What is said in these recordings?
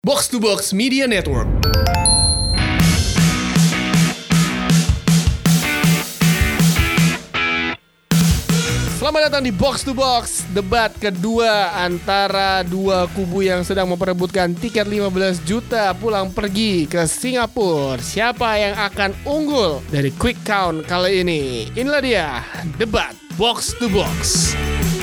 Box to Box Media Network. Selamat datang di Box to Box, debat kedua antara dua kubu yang sedang memperebutkan tiket 15 juta pulang pergi ke Singapura. Siapa yang akan unggul dari quick count kali ini? Inilah dia, debat Box to Box.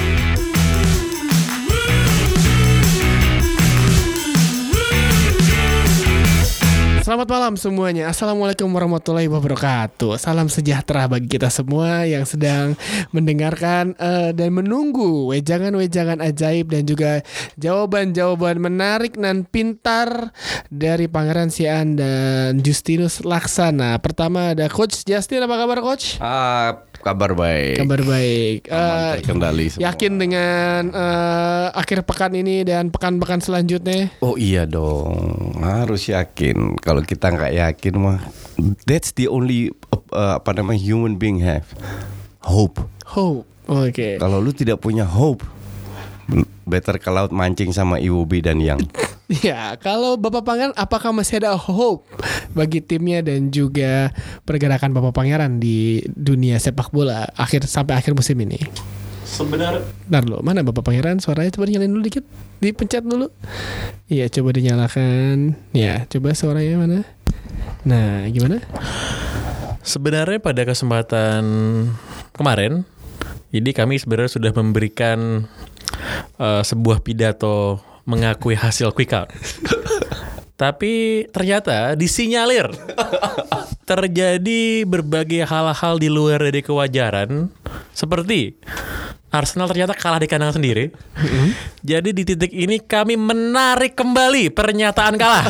Selamat malam semuanya. Assalamualaikum warahmatullahi wabarakatuh. Salam sejahtera bagi kita semua yang sedang mendengarkan dan menunggu wejangan-wejangan ajaib dan juga jawaban-jawaban menarik dan pintar dari Pangeran Sian dan Justinus Laksana. Pertama ada Coach Justin, apa kabar Coach? Kabar baik. Kabar baik. Terkendali semua. Yakin dengan akhir pekan ini dan pekan-pekan selanjutnya? Oh iya dong, harus yakin. Kalau kita nggak yakin mah, that's the only human being have hope. Hope. Oke. Kalau lu tidak punya hope, better ke laut mancing sama Iwobi dan Yang. Ya, kalau Bapak Pangeran, apakah masih ada hope bagi timnya dan juga pergerakan Bapak Pangeran di dunia sepak bola sampai akhir musim ini? Sebenarnya, bentar lo, mana Bapak Pangeran? Suaranya coba dinyalain dulu dikit, dipencet dulu. Iya, coba dinyalakan. Ya, coba suaranya mana? Nah, gimana? sebenarnya pada kesempatan kemarin, jadi kami sebenarnya sudah memberikan sebuah pidato mengakui hasil quick count. Tapi ternyata disinyalir terjadi berbagai hal-hal di luar dari kewajaran, seperti Arsenal ternyata kalah di kandang sendiri. Jadi di titik ini kami menarik kembali pernyataan kalah.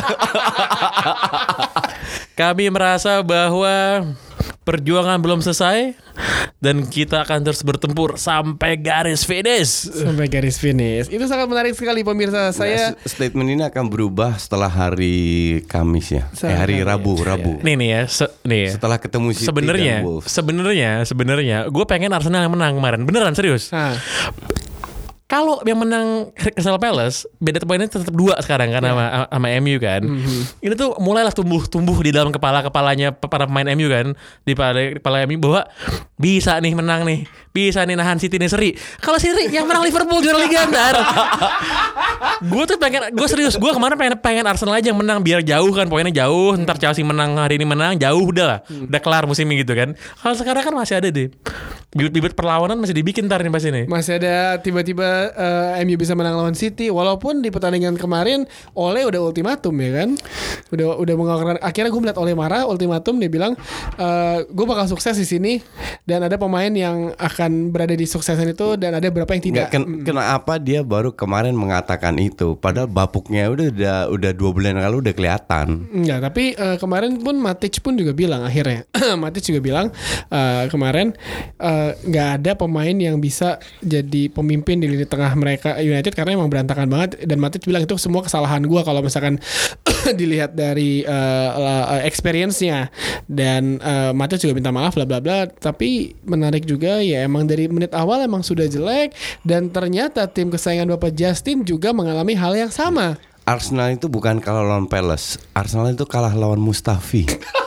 Kami merasa bahwa perjuangan belum selesai dan kita akan terus bertempur sampai garis finish. Sampai garis finish. Itu sangat menarik sekali pemirsa. Saya statement ini akan berubah setelah hari Kamis ya. Hari Rabu. Nih ya. Setelah ketemu City dan Wolves. Sebenarnya gue pengen Arsenal yang menang kemarin. Beneran serius. Kalau yang menang Crystal Palace, beda poinnya tetap 2 sekarang kan sama MU kan. Ini tuh mulailah tumbuh di dalam kepalanya para pemain MU kan, di kepala MU bahwa bisa nih menang nih, bisa nih nahan City nih seri. Kalau seri yang menang Liverpool juara Liga ntar. Gue serius, gue kemarin pengen Arsenal aja yang menang biar jauh kan, poinnya jauh. Ntar Chelsea menang hari ini menang jauh udah lah, udah kelar musim ini gitu kan. Kalau sekarang kan masih ada deh, bibit-bibit perlawanan masih dibikin ntar nih pas ini. Masih ada tiba-tiba MU bisa menang lawan City, walaupun di pertandingan kemarin Ole udah ultimatum ya kan, udah mengeluarkan. Akhirnya gue melihat Ole marah, ultimatum, dia bilang gue bakal sukses di sini dan ada pemain yang akan berada di suksesan itu dan ada beberapa yang tidak. Kenapa dia baru kemarin mengatakan itu? Padahal bapuknya udah 2 bulan lalu udah kelihatan. Enggak, tapi kemarin pun Matic pun juga bilang akhirnya. Matic juga bilang kemarin nggak ada pemain yang bisa jadi pemimpin di lini tengah mereka United karena emang berantakan banget, dan Matic bilang itu semua kesalahan gue kalau misalkan dilihat dari experience-nya, dan Matic juga minta maaf bla bla bla. Tapi menarik juga ya, emang dari menit awal emang sudah jelek, dan ternyata tim kesayangan Bapak Justin juga mengalami hal yang sama. Arsenal itu bukan kalah lawan Palace, Arsenal itu kalah lawan Mustafi.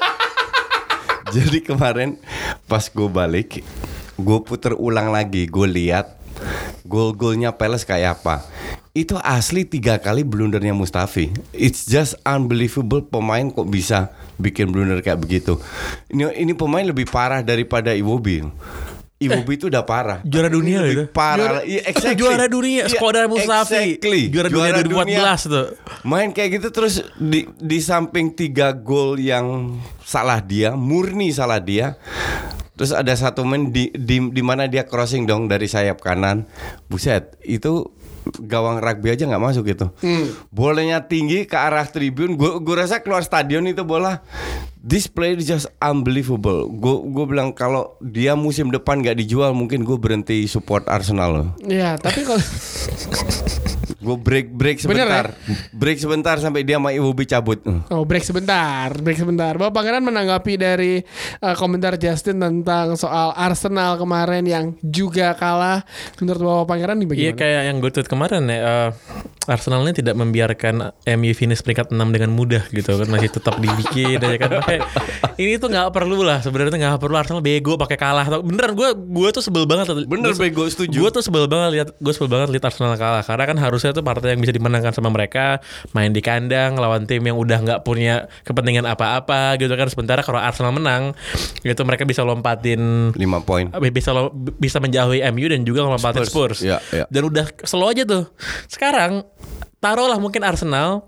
Jadi kemarin pas gue balik, gue puter ulang lagi, gue lihat gol-golnya Palace kayak apa. Itu asli 3 kali blundernya Mustafi. It's just unbelievable, pemain kok bisa bikin blunder kayak begitu. Ini pemain lebih parah daripada Iwobi. Iwobi itu udah parah. Juara dunia lebih gitu. Parah. Juara dunia Skoda Mustafi. Juara dunia 2014 tuh. Main kayak gitu terus di samping 3 gol yang salah dia, murni salah dia. Terus ada satu main di mana dia crossing dong dari sayap kanan. Buset, itu gawang rugby aja nggak masuk gitu. Bolanya tinggi ke arah tribun. Gue rasa keluar stadion itu bola. This play is just unbelievable. Gue bilang kalau dia musim depan nggak dijual, mungkin gue berhenti support Arsenal loh. Ya, tapi kalau Gue break sebentar. Break sebentar sampai dia sama Iwobi cabut. Oh, break sebentar. Bapak Pangeran menanggapi dari komentar Justin tentang soal Arsenal kemarin yang juga kalah. Menurut Bapak Pangeran nih bagaimana? Iya, kayak yang gue tweet kemarin ya, Arsenal ini tidak membiarkan MU finish peringkat 6 dengan mudah gitu kan, masih tetap dibikin aja kan. Ini tuh nggak perlu lah sebenarnya, nggak perlu Arsenal bego pakai kalah. Beneran gue tuh sebel banget. Bener bego, setuju. Gue tuh sebel banget lihat Arsenal kalah, karena kan harusnya tuh partai yang bisa dimenangkan sama mereka, main di kandang lawan tim yang udah nggak punya kepentingan apa-apa gitu kan. Sementara kalau Arsenal menang gitu, mereka bisa lompatin 5 poin, bisa menjauhi MU dan juga lompatin Spurs. Ya. Dan udah slow aja tuh. Sekarang taruhlah mungkin Arsenal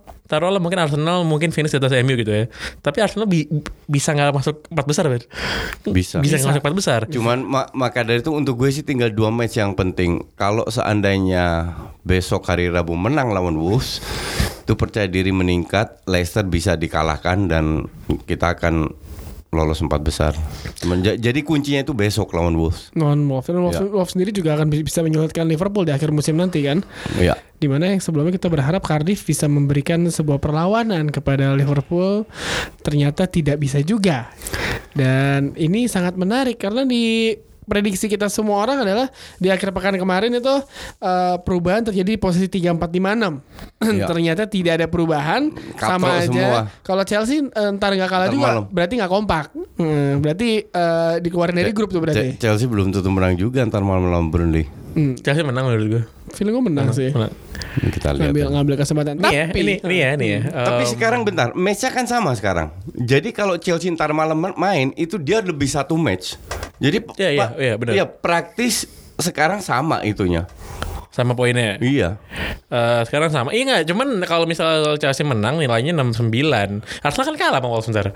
finish di atas MU gitu ya. Tapi Arsenal bisa nggak masuk 4 besar, Ben? Bisa nggak masuk 4 besar. Cuman maka dari itu untuk gue sih tinggal 2 match yang penting. Kalau seandainya besok hari Rabu menang lawan Wolves, itu percaya diri meningkat, Leicester bisa dikalahkan dan kita akan lolos 4 besar. Jadi kuncinya itu besok lawan Wolves. Wolves sendiri juga akan bisa menyulitkan Liverpool di akhir musim nanti kan. Iya. Dimana yang sebelumnya kita berharap Cardiff bisa memberikan sebuah perlawanan kepada Liverpool, ternyata tidak bisa juga. Dan ini sangat menarik karena di prediksi kita semua orang adalah di akhir pekan kemarin itu perubahan terjadi di posisi 3, 4, 5, 6. Ya. Ternyata tidak ada perubahan, sama aja semua. Kalau Chelsea ntar nggak kalah juga malam. Berarti nggak kompak. Berarti dikeluarin dari grup tuh berarti. Chelsea belum tentu menang juga ntar malam lawan Burnley. Chelsea menang menurut gue. Feeling gue menang sih. Kita lihat. Ngambil kesempatan. Ini ya. Tapi sekarang bentar, matchnya kan sama sekarang. Jadi kalau Chelsea ntar malam main itu dia lebih 1 match. Jadi iya, benar. Iya, praktis sekarang sama itunya. Sama poinnya. Iya. Sekarang sama. Iya nggak? Cuman kalau misalnya Chelsea menang nilainya 69. Arsenal kan kalah sama Wolves sebentar.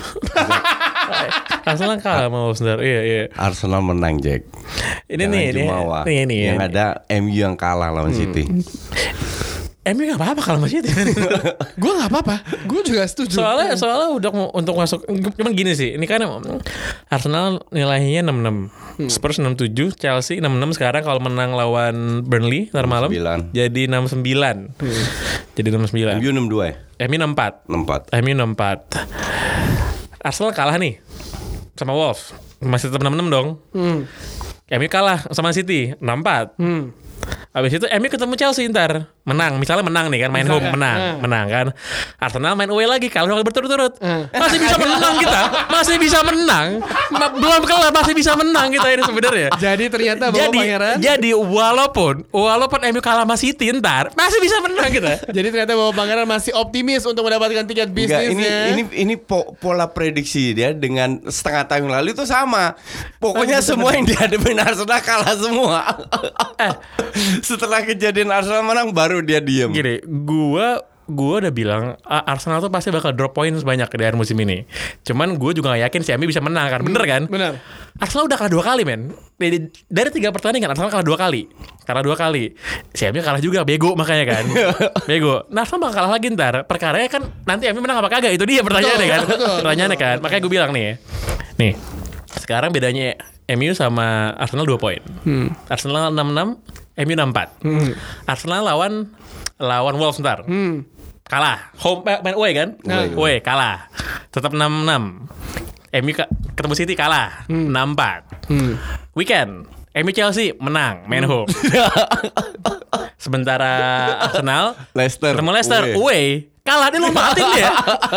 Arsenal kalah sama Wolves sebentar. Iya. Arsenal menang, Jack. Ini yang ada MU yang kalah lawan City. MU gak apa-apa kalau masih itu. Gue gak apa-apa. Gue juga setuju. Soalnya udah untuk masuk. Cuman gini sih. Ini kan Arsenal nilainya 66, Spurs 67, Chelsea 66. Sekarang kalau menang lawan Burnley ntar malam 69. jadi 69. Jadi 69. MU 62 ya? MU 64. 64. MU 64. Arsenal kalah nih sama Wolves. Masih tetap 66 dong. MU kalah sama City 64. Habis itu MU ketemu Chelsea ntar menang, misalnya menang nih kan, main home menang kan. Arsenal main away lagi, kalau berturut-turut masih bisa menang kita, masih bisa menang, belum kelar masih bisa menang kita ini sebenarnya. Jadi ternyata Bapak Pangeran. Jadi walaupun MU kalah sama City ntar masih bisa menang kita. Jadi ternyata Bapak Pangeran masih optimis untuk mendapatkan tiket bisnisnya. Ini pola prediksi dia dengan setengah tahun lalu itu sama. Pokoknya semua yang dihadapin Arsenal kalah semua. Setelah kejadian Arsenal menang baru dia diem. Gini, gua udah bilang Arsenal tuh pasti bakal drop points banyak di akhir musim ini. Cuman gue juga gak yakin si MU bisa menang kan. Bener kan? Bener. Arsenal udah kalah 2 kali men. Dari 3 pertandingan Arsenal kalah 2 kali. Si MU kalah juga, bego makanya kan. Bego. Nah Arsenal bakal kalah lagi ntar. Perkaranya kan nanti MU menang apa kagak, itu dia pertanyaannya kan. Pertanyaannya kan. Makanya gue bilang nih. Sekarang bedanya MU sama Arsenal 2 poin. Arsenal 66, MU 64. Arsenal lawan Wolves ntar. Kalah. Home main away kan? Away kalah. Tetap 66. MU ketemu City kalah. 64. Weekend MU Chelsea menang main home. Sementara Arsenal ketemu Leicester away. Kalah, dilompatin dia.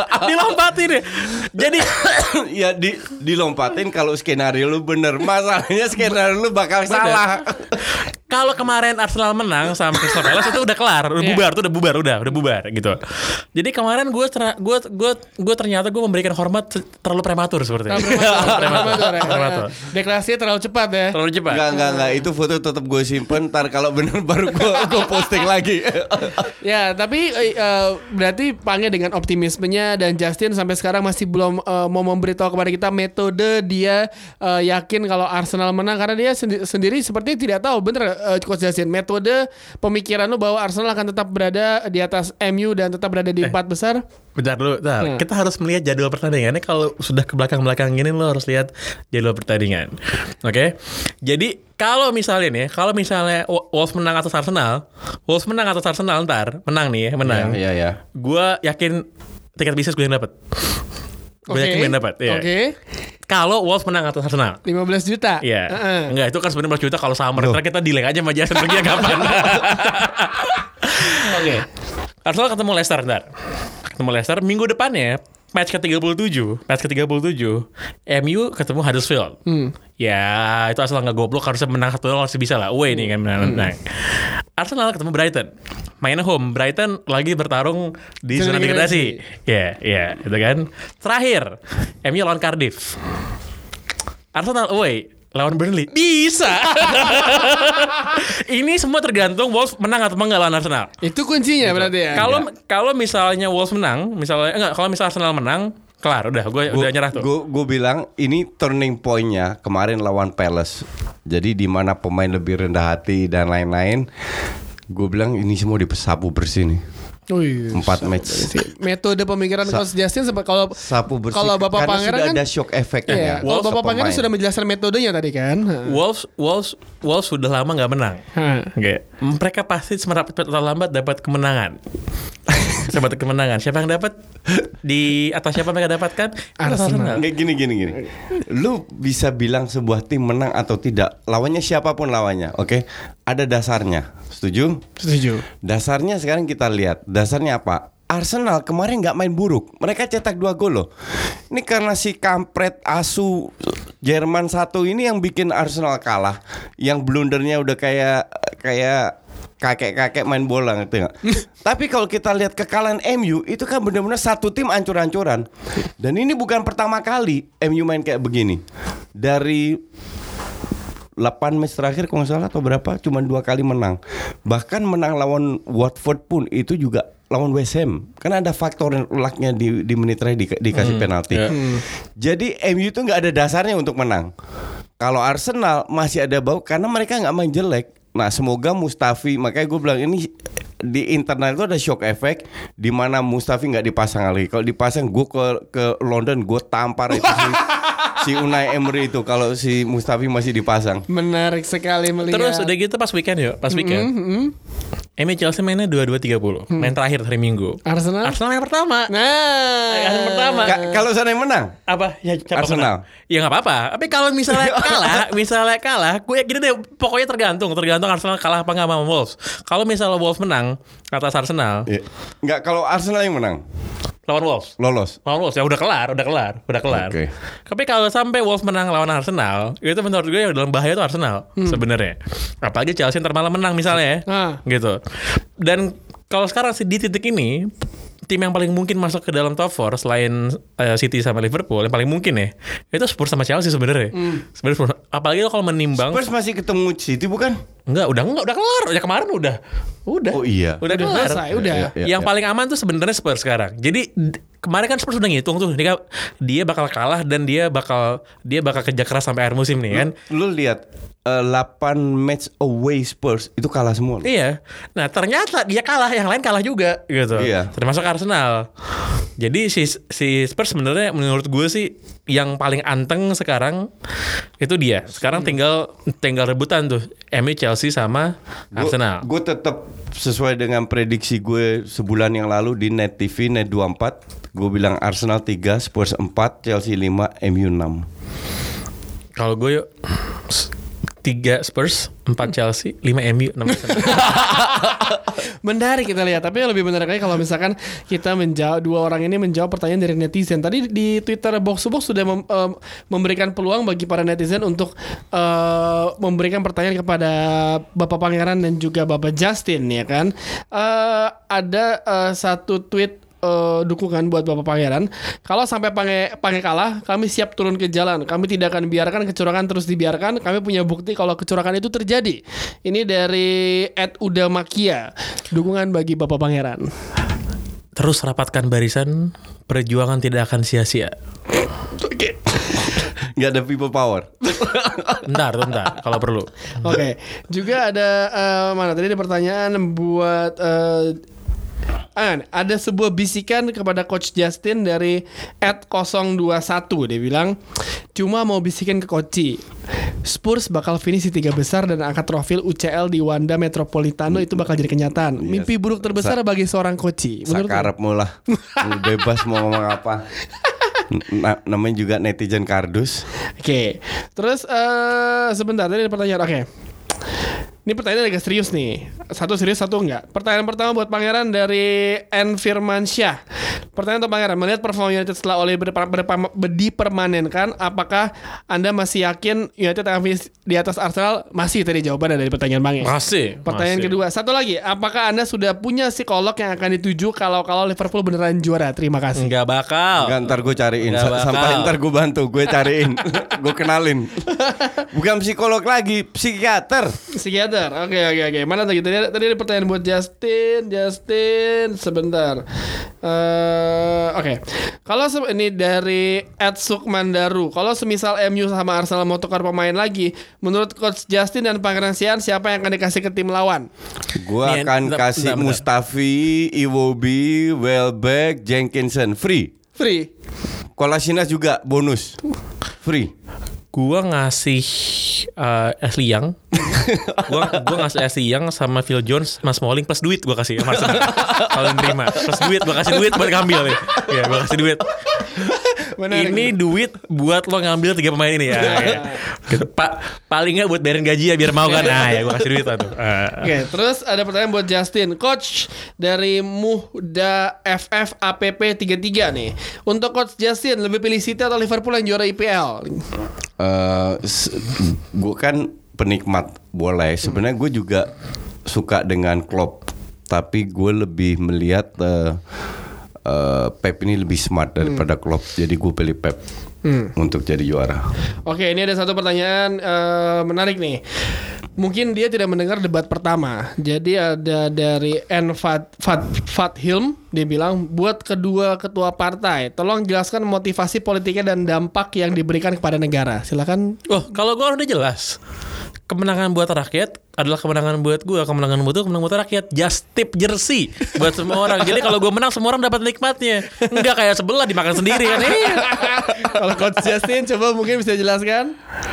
Jadi ya dilompatin kalau skenario lu bener. Masalahnya skenario lu bakal salah. Kalau kemarin Arsenal menang sama Crystal Palace itu udah kelar, udah bubar gitu. Jadi kemarin gue ternyata gue memberikan hormat terlalu prematur seperti itu. Prematur. Deklarasinya terlalu cepat ya. Terlalu cepat. Enggak, itu foto tetap gue simpen. Ntar kalau bener baru gue posting lagi. Ya, tapi berarti Pange dengan optimismenya dan Justin sampai sekarang masih belum mau memberitahu kepada kita metode dia yakin kalau Arsenal menang, karena dia sendiri sepertinya tidak tahu bener Coach Justin, metode pemikiran lu bahwa Arsenal akan tetap berada di atas MU dan tetap berada di 4 besar? Bentar dulu, kita harus melihat jadwal pertandingannya. Kalau sudah ke belakang-belakang gini lo harus lihat jadwal pertandingan. Oke? Jadi kalau misalnya Wolves menang atas Arsenal ntar menang nih ya, menang. Iya. Gue yakin tiket bisnis gue yang dapat. Gue yakin gue yang dapat. Ya. Oke. Kalau Wolves menang atas Arsenal 15 juta. Iya. Enggak, itu kan sebenarnya 15 juta kalau summer. Ntar kita delay aja sama Jason pergi kapan. Oke. Arsenal ketemu Leicester ntar. Minggu depannya match ke-37 MU ketemu Huddersfield. Ya itu Arsenal gak goblok, harusnya menang 1-0 harusnya bisa lah. Away nih kan menang. Arsenal ketemu Brighton, main home. Brighton lagi bertarung di zona degradasi. Ya itu kan. Terakhir MU lawan Cardiff. Arsenal away lawan Burnley. Bisa. Ini semua tergantung Wolves menang atau enggak lawan Arsenal. Itu kuncinya berarti ya. Kalau misalnya Wolves menang, kalau misalnya Arsenal menang, kelar udah nyerah tuh. Gue bilang ini turning point-nya kemarin lawan Palace. Jadi di mana pemain lebih rendah hati dan lain-lain. Gue bilang ini semua disapu bersih nih. 4 match. Metode pemikiran Coach Justin kalau Bapak Pangeran sudah kan ada shock efeknya ya. Kalau Bapak Pangeran sudah menjelaskan metodenya tadi kan. Wolves sudah lama nggak menang. Mereka pasti lambat dapat kemenangan. Siapa yang dapat? Di atas siapa mereka dapatkan? Arsenal. Gini. Lu bisa bilang sebuah tim menang atau tidak, lawannya siapapun lawannya, oke? Ada dasarnya. Setuju? Dasarnya sekarang kita lihat. Dasarnya apa? Arsenal kemarin nggak main buruk. Mereka cetak 2 gol loh. Ini karena si kampret asu Jerman 1 ini yang bikin Arsenal kalah. Yang blundernya udah kayak kakek-kakek main bola gitu ya. Tapi kalau kita lihat kekalahan MU itu kan benar-benar satu tim ancur-ancuran. Dan ini bukan pertama kali MU main kayak begini. Dari 8 match terakhir kalau nggak salah atau berapa, cuma 2 kali menang. Bahkan menang lawan Watford pun itu juga lawan West Ham. Karena ada faktor lucknya di menit terakhir dikasih penalti. Jadi MU itu nggak ada dasarnya untuk menang. Kalau Arsenal masih ada bau karena mereka nggak main jelek. Nah semoga Mustafi, makanya gue bilang ini di internal itu ada shock effect di mana Mustafi nggak dipasang lagi. Kalau dipasang gue ke London gue tampar itu si Unai Emery itu kalau si Mustafi masih dipasang. Menarik sekali melihat. Terus udah gitu pas weekend MU Chelsea mainnya 22.30. Main terakhir hari Minggu. Arsenal yang pertama. Yang pertama. Kalau sana yang menang apa? Ya Arsenal. Ya nggak apa-apa. Tapi kalau misalnya kalah, gue gini deh. Pokoknya tergantung Arsenal kalah apa nggak sama Wolves. Kalau misalnya Wolves menang atas Arsenal, nggak. Kalau Arsenal yang menang lawan Wolves lolos. Lawan Wolves ya udah kelar. Okay. Tapi kalau sampai Wolves menang lawan Arsenal, itu menurut gue yang dalam bahaya itu Arsenal sebenarnya. Apalagi Chelsea ntar malam menang misalnya gitu. Dan kalau sekarang sih di titik ini tim yang paling mungkin masuk ke dalam top 4 selain City sama Liverpool yang paling mungkin ya itu Spurs sama Chelsea sebenarnya. Sebenarnya apalagi kalau menimbang Spurs masih ketemu City bukan? Udah kelar. Ya kemarin udah. Oh iya. Udah kelar. Selesai, udah. Yang paling aman tuh sebenarnya Spurs sekarang. Jadi kemarin kan Spurs udah ngitung tuh dia bakal kalah dan dia bakal kerja keras sampai akhir musim nih kan. Lu lihat 8 match away Spurs itu kalah semua. Iya. Nah ternyata dia kalah, yang lain kalah juga gitu. Iya. Termasuk Arsenal. Jadi si Spurs sebenarnya menurut gue sih yang paling anteng sekarang itu dia. Sekarang tinggal rebutan tuh MU, Chelsea sama Arsenal. Gue tetap sesuai dengan prediksi gue sebulan yang lalu di Net TV Net 24. Gue bilang Arsenal 3, Spurs 4, Chelsea 5, MU 6. Kalau gue 3 Spurs, 4 Chelsea, 5 MU, 6 Arsenal. Menarik kita lihat. Tapi yang lebih menarik lagi kalau misalkan kita menjawab, dua orang ini menjawab pertanyaan dari netizen. Tadi di Twitter Box to Box sudah memberikan peluang bagi para netizen untuk memberikan pertanyaan kepada Bapak Pangeran dan juga Bapak Justin, ya kan. Ada satu tweet dukungan buat Bapak Pangeran. Kalau sampai Pange kalah, kami siap turun ke jalan. Kami tidak akan biarkan kecurangan terus dibiarkan. Kami punya bukti kalau kecurangan itu terjadi. Ini dari @udamakia. Dukungan bagi Bapak Pangeran. Terus rapatkan barisan, perjuangan tidak akan sia-sia. Oke. Nggak ada people power. Bentar kalau perlu. Oke. Juga ada mana tadi ada pertanyaan buat ada sebuah bisikan kepada Coach Justin dari @021. Dia bilang, cuma mau bisikin ke Koci, Spurs bakal finish di 3 besar dan angkat trofi UCL di Wanda Metropolitano itu bakal jadi kenyataan. Mimpi buruk terbesar bagi seorang Koci. Sakarepmu lah. Bebas mau ngomong apa. Namanya juga netizen kardus. Oke. Terus sebentar tadi ada pertanyaan. Oke. Ini pertanyaan agak serius nih. Satu serius, satu enggak. Pertanyaan pertama buat Pangeran dari N. Firmansyah. Pertanyaan untuk Pangeran, melihat performa United setelah Ole dipermanenkan, apakah Anda masih yakin United akan finish di atas Arsenal? Masih tadi jawabannya dari pertanyaan Bang. Masih. Pertanyaan kedua, satu lagi, apakah Anda sudah punya psikolog yang akan dituju kalau Liverpool beneran juara? Terima kasih. Enggak bakal. Enggak, ntar gue cariin. Sampai ntar gue bantu, gue cariin. Gue kenalin. Bukan psikolog lagi, psikiater. Oke. Mana tadi ada pertanyaan buat Justin sebentar. Oke. Kalau ini dari @sukmandaru. Kalau semisal MU sama Arsenal mau tukar pemain lagi, menurut Coach Justin dan Pangeran Sian, siapa yang akan dikasih ke tim lawan? Gue akan kasih Mustafi, Iwobi, Welbeck, Jenkinson free. Kolasinac juga bonus free. Gua ngasih Ashley Young. gua ngasih Ashley Young sama Phil Jones, Mas Smalling plus duit gua kasih sama Arsenal. Kalau nerima plus duit, gua kasih duit buat ngambil nih. Ya, gua kasih duit. Ini duit buat lo ngambil 3 pemain ini ya. Gitu. Paling nggak buat bayarin gaji ya biar mau kan. Nah ya gua kasih duit lah tuh. Oke, terus ada pertanyaan buat Justin. Coach dari Muhda FFAPP33 nih. Untuk Coach Justin, lebih pilih City atau Liverpool yang juara IPL? Gue kan penikmat bola ya. Sebenarnya gue juga suka dengan Klopp, tapi gue lebih melihat Pep ini lebih smart daripada Klopp. Jadi gue pilih Pep untuk jadi juara. Oke, ini ada satu pertanyaan menarik nih. Mungkin dia tidak mendengar debat pertama. Jadi ada dari N. Fathilm. Dia bilang, buat kedua ketua partai, tolong jelaskan motivasi politiknya dan dampak yang diberikan kepada negara. Silakan. Oh, kalau gue udah jelas. Kemenangan buat rakyat adalah kemenangan buat gue. Kemenangan buat gue, kemenangan buat rakyat. Just tip jersey buat semua orang. Jadi kalau gue menang, semua orang dapat nikmatnya. Enggak kayak sebelah dimakan sendiri kan. Kalau Coach Justin, coba mungkin bisa jelaskan.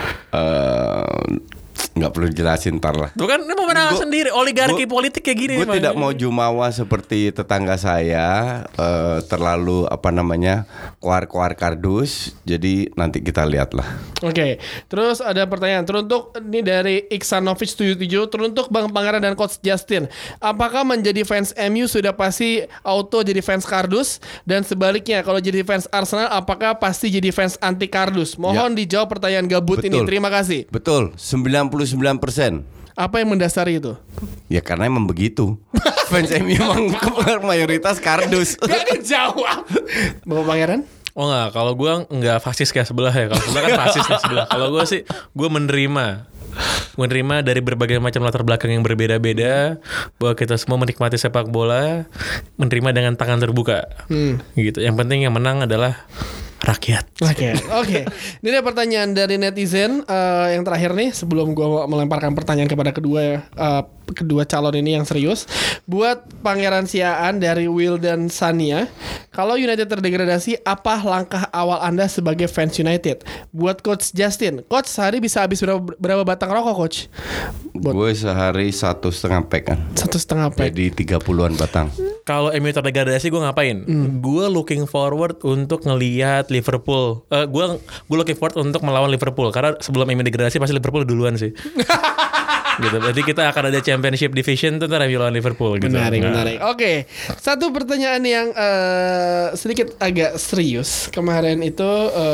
Nggak perlu jelasin, ntar lah. Tuh kan ini pemenangan sendiri. Oligarki politik kayak gini. Gue tidak mau jumawa seperti tetangga saya, terlalu koar-koar kardus. Jadi nanti kita lihat lah. Oke. Terus ada pertanyaan teruntuk ini dari Iksanovic 77, teruntuk Bang Pangeran dan Coach Justin. Apakah menjadi fans MU sudah pasti auto jadi fans kardus? Dan sebaliknya, kalau jadi fans Arsenal, apakah pasti jadi fans anti kardus? Mohon dijawab pertanyaan gabut ini. Terima kasih. Betul. 99%. Apa yang mendasari itu? Ya karena emang begitu. Fans MU emang mayoritas kardus. Gak dijawab. Bapak Pangeran? Oh enggak, kalau gue enggak fasis kayak sebelah ya. Kalau sebelah kan fasis nih sebelah. Kalau gue sih, gue menerima dari berbagai macam latar belakang yang berbeda-beda, bahwa kita semua menikmati sepak bola, menerima dengan tangan terbuka. Gitu. Yang penting yang menang adalah rakyat. Oke. Ini ada pertanyaan dari netizen yang terakhir nih sebelum gue melemparkan pertanyaan kepada kedua calon ini yang serius. Buat Pangeran Siaan dari Wildan Sania, kalau United terdegradasi, apa langkah awal Anda sebagai fans United? Buat Coach Justin, Coach sehari bisa habis berapa batang rokok, Coach? Gue sehari 1,5 pack kan. 1,5 pack. Jadi 30-an batang. Kalau MU terdegradasi, gue ngapain? Gue looking forward untuk ngelihat Liverpool. Gue looking forward untuk melawan Liverpool, karena sebelum MU degradasi pasti Liverpool duluan sih. Gitu. Berarti kita akan ada Championship Division tuh ntar MU lawan Liverpool gitu. Menarik. Oke. Satu pertanyaan yang sedikit agak serius. Kemarin itu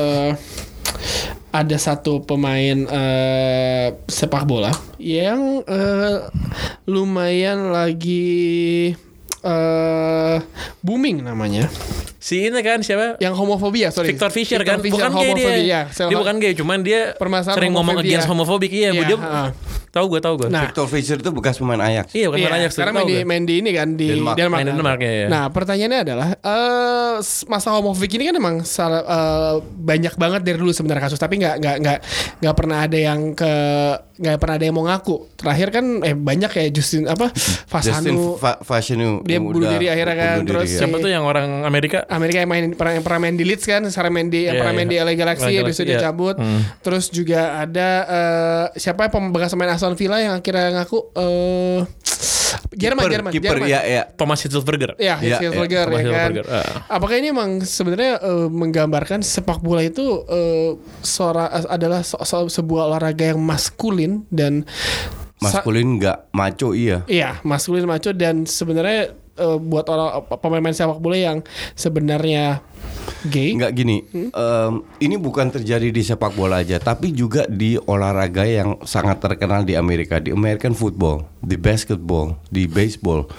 ada satu pemain sepak bola yang lumayan lagi booming namanya. Si ini kan siapa? Yang homofobia, sorry. Victor Fisher kan? Bukan gay dia. Dia bukan gay, cuman dia sering ngomong against homofobik. Iya, Tahu gue. Nah, Victor Fischer itu bekas pemain Ajax. Iya, bukan Ajax. sekarang main di ini kan di Denmark. Denmark. Main di Denmark, ya. Nah, pertanyaannya adalah masalah homofobik ini kan emang banyak banget dari dulu sebenarnya kasus, tapi nggak pernah ada yang mau ngaku. Terakhir kan banyak kayak Justin Fashanu dia bunuh diri akhirnya kan. Terus Siapa tuh yang orang Amerika yang pernah main di Leeds kan, sekarang pernah main di LA Galaxy, habis itu dia cabut. Terus juga ada siapa yang bekas pemain Aston Villa yang akhirnya ngaku Jerman. Ya. Thomas Hitzlsperger. Ya, Hitzlsperger ya kan. Apakah ini emang sebenarnya menggambarkan sepak bola itu adalah sebuah olahraga yang maskulin dan maskulin nggak maco? Iya, maskulin maco, dan sebenarnya buat orang pemain sepak bola yang sebenarnya gay. Nggak gini, ini bukan terjadi di sepak bola aja, tapi juga di olahraga yang sangat terkenal di Amerika, di American football, di basketball, di baseball.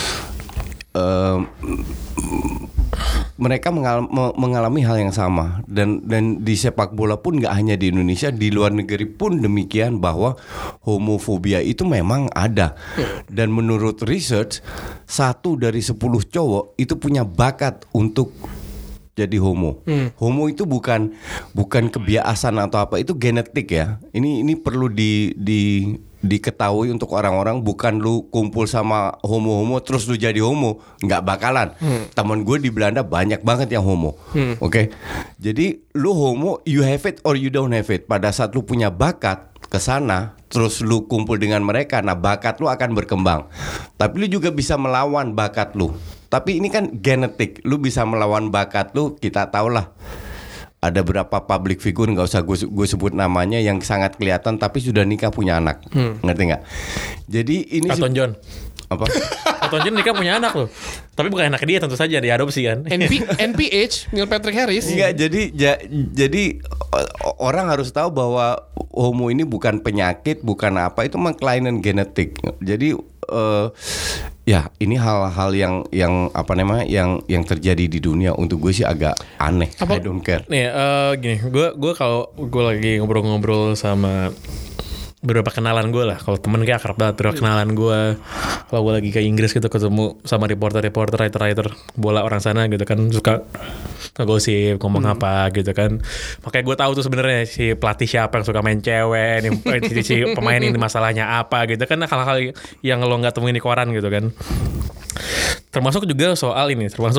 Mereka mengalami hal yang sama, dan di sepak bola pun nggak hanya di Indonesia, di luar negeri pun demikian, bahwa homofobia itu memang ada. Dan menurut research, 1 dari 10 cowok itu punya bakat untuk jadi homo. Homo itu bukan kebiasaan atau apa, itu genetik ya. Ini perlu diketahui untuk orang-orang. Bukan lu kumpul sama homo-homo terus lu jadi homo, nggak bakalan. Teman gue di Belanda banyak banget yang homo. Oke? Jadi lu homo, you have it or you don't have it. Pada saat lu punya bakat ke sana, terus lu kumpul dengan mereka, nah bakat lu akan berkembang. Tapi lu juga bisa melawan bakat lu. Tapi ini kan genetik, lu bisa melawan bakat lu. Kita tahu lah, ada berapa public figure, nggak usah gue sebut namanya, yang sangat kelihatan tapi sudah nikah punya anak. Ngerti nggak? Jadi ini Elton John. Apa? Elton John nikah punya anak loh. Tapi bukan anak dia, tentu saja diadopsi kan. NPH, Neil Patrick Harris. Enggak, jadi orang harus tahu bahwa homo ini bukan penyakit, bukan apa, itu memang kelainan genetik. Jadi ya ini hal-hal yang apa namanya, yang terjadi di dunia. Untuk gue sih agak aneh. I don't care. Nih gini, gue kalau gue lagi ngobrol-ngobrol sama beberapa kenalan gue lah, kalau temen kayak akrab banget, beberapa kenalan gue, kalau gue lagi ke Inggris gitu ketemu sama reporter, writer bola orang sana gitu kan, suka ngegosip, ngomong apa gitu kan. Makanya gue tahu tuh sebenarnya si pelatih siapa yang suka main cewek, si pemain ini masalahnya apa gitu kan, hal-hal yang lo nggak temuin di koran gitu kan. Termasuk juga soal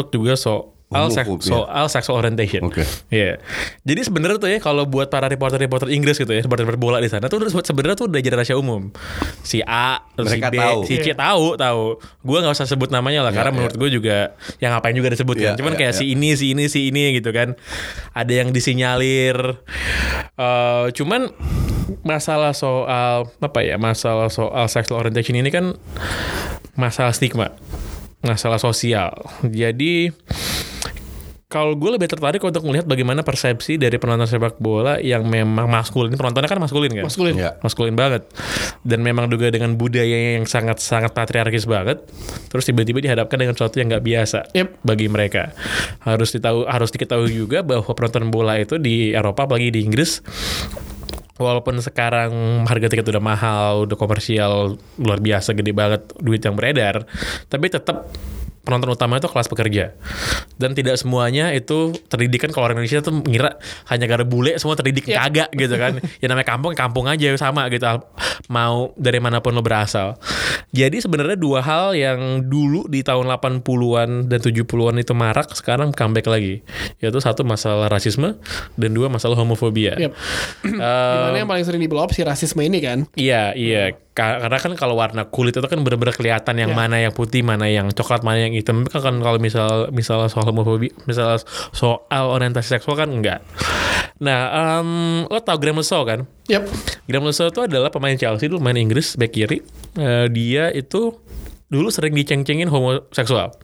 sexual orientation. Oke. Iya. Jadi sebenarnya tuh ya, kalau buat para reporter Inggris gitu ya, reporter bola di sana tuh sebenarnya tuh udah jadi rahasia umum. Si A, mereka si B, tahu. si C tahu. Gue nggak usah sebut namanya lah, karena menurut gue juga yang ngapain juga disebut kan. Cuman kayak si ini gitu kan. Ada yang disinyalir. Cuman masalah soal sexual orientation ini kan masalah stigma, masalah sosial. Jadi kalau gue lebih tertarik untuk melihat bagaimana persepsi dari penonton sepak bola yang memang maskulin. Penontonnya kan maskulin kan? Maskulin. Ya. Maskulin banget. Dan memang juga dengan budaya yang sangat-sangat patriarkis banget. Terus tiba-tiba dihadapkan dengan sesuatu yang gak biasa bagi mereka. Harus diketahui juga bahwa penonton bola itu di Eropa, apalagi di Inggris, walaupun sekarang harga tiket udah mahal, udah komersial luar biasa, gede banget duit yang beredar, tapi tetap penonton utama itu kelas pekerja. Dan tidak semuanya itu terdidik. Kan kalau orang Indonesia tuh ngira hanya gara bule semua terdidik, kagak gitu kan. Ya namanya kampung aja sama gitu, mau dari manapun lo berasal. Jadi sebenarnya dua hal yang dulu di tahun 80-an dan 70-an itu marak, sekarang comeback lagi. Yaitu satu masalah rasisme, dan dua masalah homofobia. Dimana yang paling sering di-blow up si rasisme ini kan. Iya. Karena kan kalau warna kulit itu kan benar-benar kelihatan yang mana yang putih, mana yang coklat, mana yang hitam. Kan kalau misalnya soal homofobia, misalnya soal orientasi seksual kan enggak. Nah, lo tau Graham Lasso kan? Yep. Graham Lasso itu adalah pemain Chelsea dulu, main Inggris, back kiri. Dia itu dulu sering diceng-cengin homoseksual.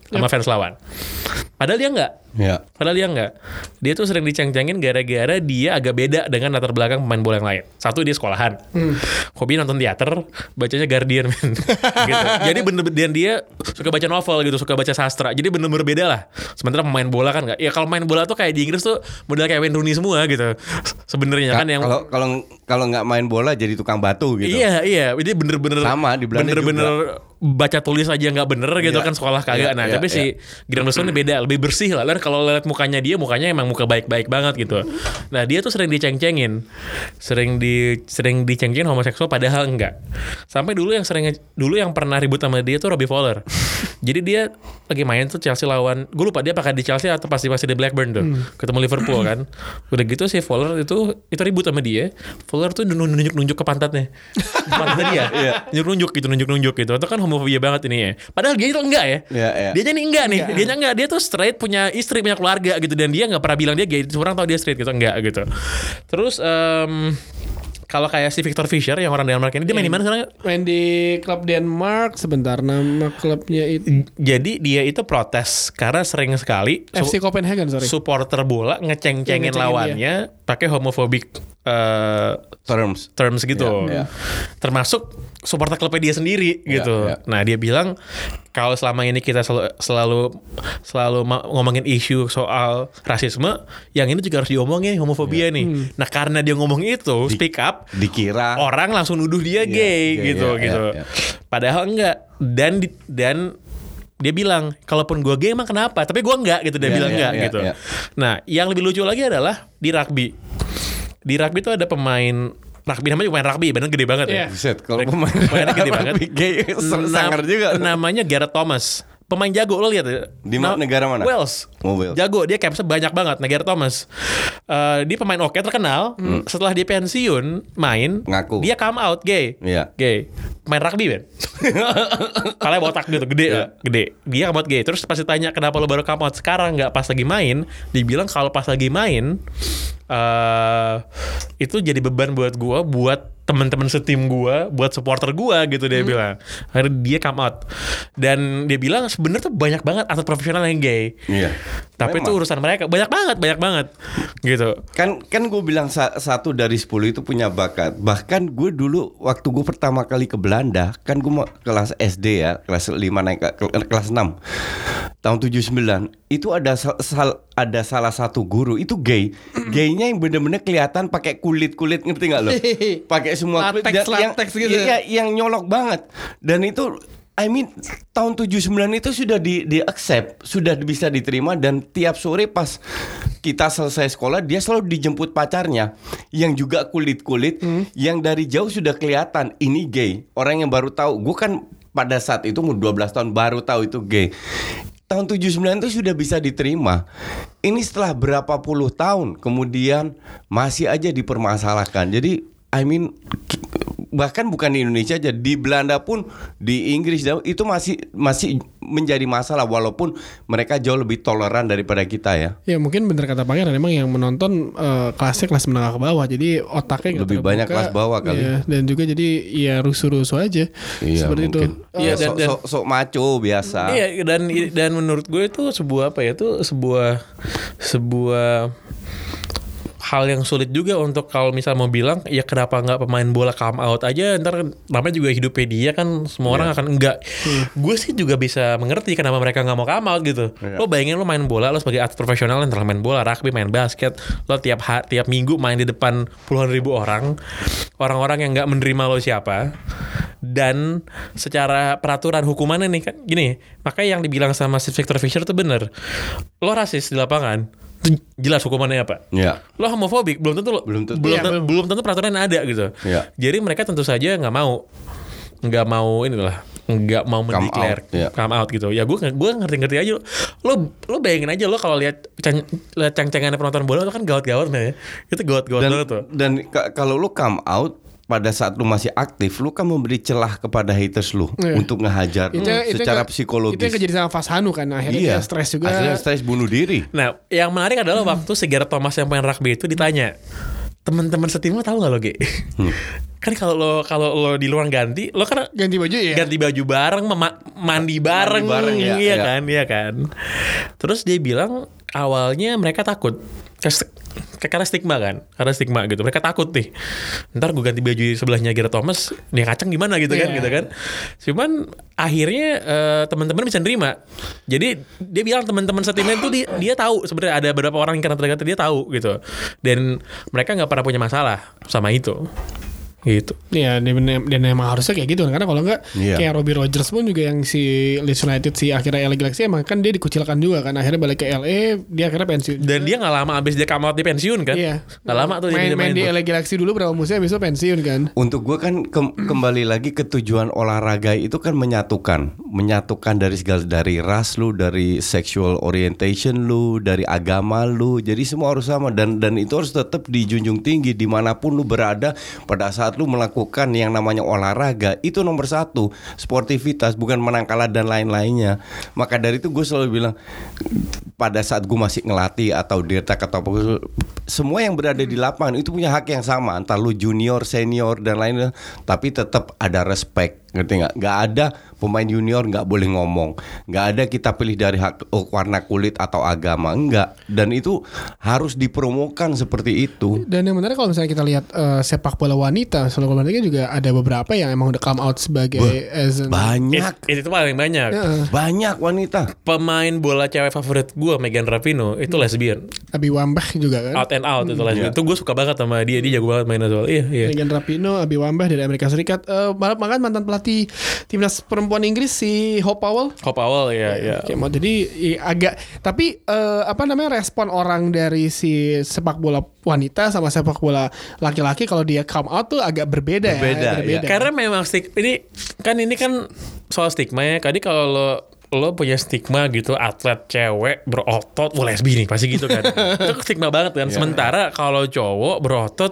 sama fans lawan. Padahal dia enggak. Ya. Padahal dia enggak. Dia tuh sering diceng-cengin gara-gara dia agak beda dengan latar belakang pemain bola yang lain. Satu, dia sekolahan. Hobi nonton teater, bacanya Guardian. Gitu. Jadi bener-bener dia suka baca novel gitu, suka baca sastra. Jadi bener-bener beda lah. Sementara pemain bola kan enggak. Ya kalau main bola tuh kayak di Inggris tuh model kayak Wayne Rooney semua gitu. Sebenarnya kan yang kalau nggak main bola jadi tukang batu gitu. Iya. Ini bener-bener Sama di Belanda bener-bener baca tulis aja nggak bener gitu kan, sekolah kagak. Nah, tapi si Grandison ini beda, lebih bersih lah. Dan kalau lihat mukanya emang muka baik-baik banget gitu. Nah, dia tuh sering diceng-cengin. Sering diceng-cengin homoseksual padahal enggak. Sampai dulu yang pernah ribut sama dia tuh Robbie Fowler. Jadi dia lagi main tuh Chelsea lawan, gue lupa dia pakai di Chelsea atau pasti di Blackburn tuh. Ketemu Liverpool kan. Udah gitu si Fowler itu ribut sama dia. Fowler tuh nunjuk-nunjuk ke pantatnya. Pantatnya dia. Nunjuk-nunjuk gitu. Itu kan homofobia banget ini ya. Padahal dia itu enggak ya. Dianya nih enggak nih. Dianya enggak. Dia tuh straight, punya istri, punya keluarga gitu, dan dia enggak pernah bilang dia gay. Orang tahu dia straight gitu, enggak gitu. Terus kalau kayak si Victor Fischer yang orang Denmark ini, dia main di mana sekarang? Main di klub Denmark. Sebentar, nama klubnya itu. Jadi dia itu protes karena sering sekali FC Copenhagen, supporter bola ngeceng-cengin lawannya pakai homophobic terms gitu. Termasuk supporter klubnya dia sendiri gitu. Nah, dia bilang kalau selama ini kita selalu ngomongin isu soal rasisme, yang ini juga harus diomongin homofobia nih. Nah, karena dia ngomong itu, speak up, dikira orang langsung nuduh dia gay gitu. Padahal enggak. Dan dia bilang, kalaupun gue gay emang kenapa? Tapi gue enggak gitu, dia bilang enggak gitu. Nah, yang lebih lucu lagi adalah di rugby. Di rugby itu ada pemain rugby, namanya pemain rugby, bener gede banget ya. Buset, kalau pemainnya gede banget. Gay, sangar juga. Namanya Gareth Thomas. Pemain jago, lo lihat ya. Di negara mana? Wales. Wales. Jago, dia capsnya banyak banget. Gareth Thomas. Dia pemain oke, terkenal. Setelah dia pensiun main, ngaku dia come out gay. Gay. Main rugby kan. Palanya botak gitu, gede. Dia come out gay. Terus pas ditanya kenapa lo baru come out sekarang, nggak pas lagi main, dibilang kalau pas lagi main itu jadi beban buat gue, buat teman-teman setim gue, buat supporter gue gitu, dia bilang. Akhirnya dia come out. Dan dia bilang sebenarnya tuh banyak banget atlet profesional yang gay. Tapi itu urusan mereka. Banyak banget gitu. Kan gue bilang 1 dari 10 itu punya bakat. Bahkan gue dulu waktu gue pertama kali ke Belanda, kan gue mau kelas SD ya, kelas 5 naik ke kelas 6. Tahun 79 itu ada salah satu guru itu gay. Gaynya yang bener-bener kelihatan pakai kulit, ngerti nggak lo? Pakai semua latex gitu. Iya, yang nyolok banget. Dan itu tahun 79 itu sudah di-accept, sudah bisa diterima. Dan tiap sore pas kita selesai sekolah, dia selalu dijemput pacarnya yang juga kulit-kulit, yang dari jauh sudah kelihatan ini gay. Orang yang baru tahu. Gue kan pada saat itu umur 12 tahun baru tahu itu gay. Tahun 79 itu sudah bisa diterima. Ini setelah berapa puluh tahun kemudian masih aja dipermasalahkan. Jadi bahkan bukan di Indonesia aja, di Belanda pun, di Inggris itu masih menjadi masalah, walaupun mereka jauh lebih toleran daripada kita ya. Ya mungkin bener kata Pangeran, memang yang menonton kelasnya kelas menengah ke bawah, jadi otaknya lebih banyak kelas bawah kali. Ya, dan juga jadi ya rusuh-rusuh aja. Iya, seperti mungkin. itu. Iya, sok maco biasa. Iya, dan menurut gue itu sebuah hal yang sulit juga untuk kalau misal mau bilang ya kenapa nggak pemain bola come out aja, ntar namanya juga hidupnya dia kan semua orang akan enggak. Gue sih juga bisa mengerti kenapa mereka nggak mau come out gitu. Lo bayangin lo main bola, lo sebagai atlet profesional yang telah main bola, rugby, main basket, lo tiap minggu main di depan puluhan ribu orang-orang yang nggak menerima lo siapa. Dan secara peraturan hukumannya nih kan gini, makanya yang dibilang sama si Victor Fischer tuh bener. Lo rasis di lapangan, jelas hukumannya apa? Lo homofobik belum tentu peraturan ada gitu. Jadi mereka tentu saja nggak mau mendeklar come out gitu. Ya gue ngerti aja. Lo bayangin aja lo kalau lihat ceng-cengannya penonton bola itu kan gawat-gawat ya. Itu gawat-gawat banget tuh. Dan kalau lo come out pada saat lu masih aktif, lu kan memberi celah kepada haters lu untuk ngehajar lu secara psikologis. Itu yang kejadian sama Fashanu kan, akhirnya dia stres juga. Akhirnya stres bunuh diri. Nah, yang menarik adalah waktu si Gareth Thomas yang main rugby itu ditanya, teman-teman setim lo tahu nggak lo Ge? Kan kalau lo di luar ganti, lo kan ganti baju ya. ganti baju bareng, mandi bareng, iya kan. Terus dia bilang awalnya mereka takut karena stigma gitu, mereka takut nih ntar gue ganti baju sebelahnya Gerard Thomas dia kacang gimana gitu kan gitu kan. Cuman akhirnya teman-teman bisa nerima. Jadi dia bilang teman-teman setimnya itu dia tahu sebenarnya ada beberapa orang yang karena terganti dia tahu gitu, dan mereka nggak pernah punya masalah sama itu gitu. Iya, dan emang harusnya kayak gitu karena kalau enggak kayak Robbie Rogers pun juga yang si Leeds United si akhirnya LA Galaxy emang kan dia dikucilkan juga kan, akhirnya balik ke LA dia akhirnya pensiun. Dan dia nggak lama abis dia come out di pensiun kan? Iya. Nggak lama tuh main di LA Galaxy dulu berapa musim abis itu pensiun kan. Untuk gue kan kembali lagi ke tujuan olahraga itu kan menyatukan dari segala, dari ras lu, dari sexual orientation lu, dari agama lu, jadi semua harus sama dan itu harus tetap dijunjung tinggi dimanapun lu berada pada saat lu melakukan yang namanya olahraga. Itu nomor satu, sportivitas, bukan menang kalah dan lain-lainnya. Maka dari itu gue selalu bilang pada saat gue masih ngelatih atau dirtak atau apa, semua yang berada di lapangan itu punya hak yang sama, entah lu junior, senior dan lain-lain, tapi tetap ada respect. Ngerti nggak? Nggak ada pemain junior nggak boleh ngomong, nggak ada kita pilih dari warna kulit atau agama, enggak. Dan itu harus dipromokan seperti itu. Dan yang menarik kalau misalnya kita lihat sepak bola wanita, sepak bola wanita juga ada beberapa yang emang udah come out sebagai banyak. Itu paling banyak. Banyak wanita. Pemain bola cewek favorit gue Megan Rapinoe itu lesbian. Abi Wambach juga kan. Out and out itu lesbian. Itu gue suka banget sama dia jago banget mainnya soal. Iya. Megan Rapinoe, Abi Wambach dari Amerika Serikat. Bahkan mantan pelatih timnas perempuan Inggris si Hope Powell ya. Jadi agak tapi respon orang dari si sepak bola wanita sama sepak bola laki-laki kalau dia come out tuh agak berbeda. Ya. Karena memang ini kan soal stigma ya. Tadi kalau lo punya stigma gitu atlet cewek berotot lesbi nih pasti gitu kan. Itu stigma banget kan. Sementara kalau cowok berotot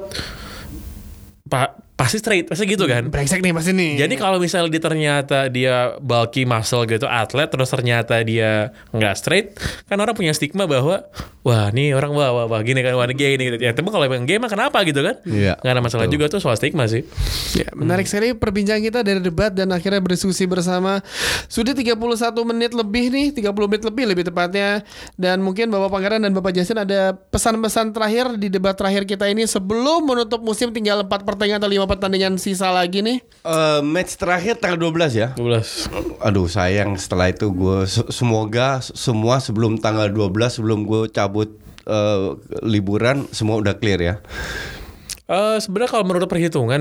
pasti straight, pasti gitu kan. Brengsek nih pasti nih. Jadi kalau misalnya ternyata dia bulky muscle gitu atlet, terus ternyata dia nggak straight, kan orang punya stigma bahwa wah nih orang wah gini kan, wah gay ini gitu. Ya tapi kalau emang gay mah kenapa gitu kan? Nggak ada masalah juga tuh soal stigma sih. Ya, menarik sekali perbincangan kita dari debat dan akhirnya berdiskusi bersama. Sudah 31 menit lebih nih, 30 menit lebih tepatnya. Dan mungkin Bapak Pangeran dan Bapak Justin ada pesan-pesan terakhir di debat terakhir kita ini sebelum menutup musim, tinggal 4 pertandingan atau 5 pertandingan sisa lagi nih. Match terakhir tanggal 12 ya. 12. Aduh sayang, setelah itu gue semoga semua sebelum tanggal 12, sebelum gue cabut liburan semua udah clear ya. Sebenarnya kalau menurut perhitungan.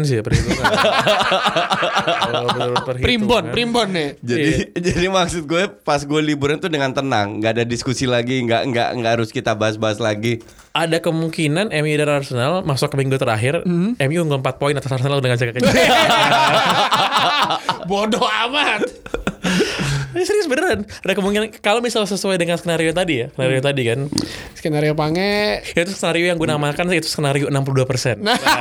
Primbon nih. Jadi maksud gue pas gue liburan tuh dengan tenang, nggak ada diskusi lagi, nggak harus kita bahas lagi. Ada kemungkinan MU dan Arsenal masuk ke minggu terakhir. MU unggul 4 poin atas Arsenal dengan jaga kecil. Bodoh amat. Ini serius beneran. Ada kemungkinan kalau misalnya sesuai dengan skenario tadi ya. Skenario tadi kan. Skenario Pange. Itu skenario yang gue namakan itu skenario 62%.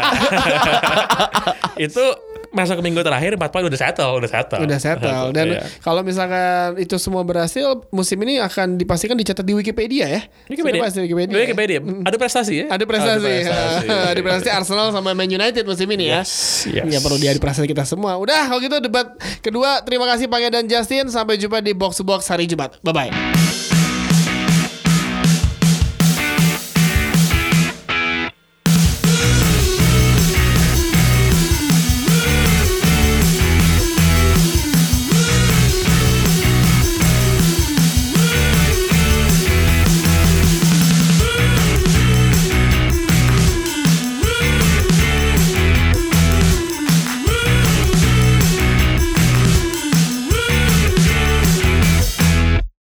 Itu masuk ke minggu terakhir 4 poin udah settle. Dan kalau misalkan itu semua berhasil, musim ini akan dipastikan dicatat di Wikipedia ya. Wikipedia. Ada prestasi ya. Ada prestasi Arsenal sama Man United musim ini ya. Ya perlu di prestasi kita semua. Udah kalau gitu debat kedua. Terima kasih Pange dan Justin. Sampai jumpa di Box to Box hari Jumat. Bye bye.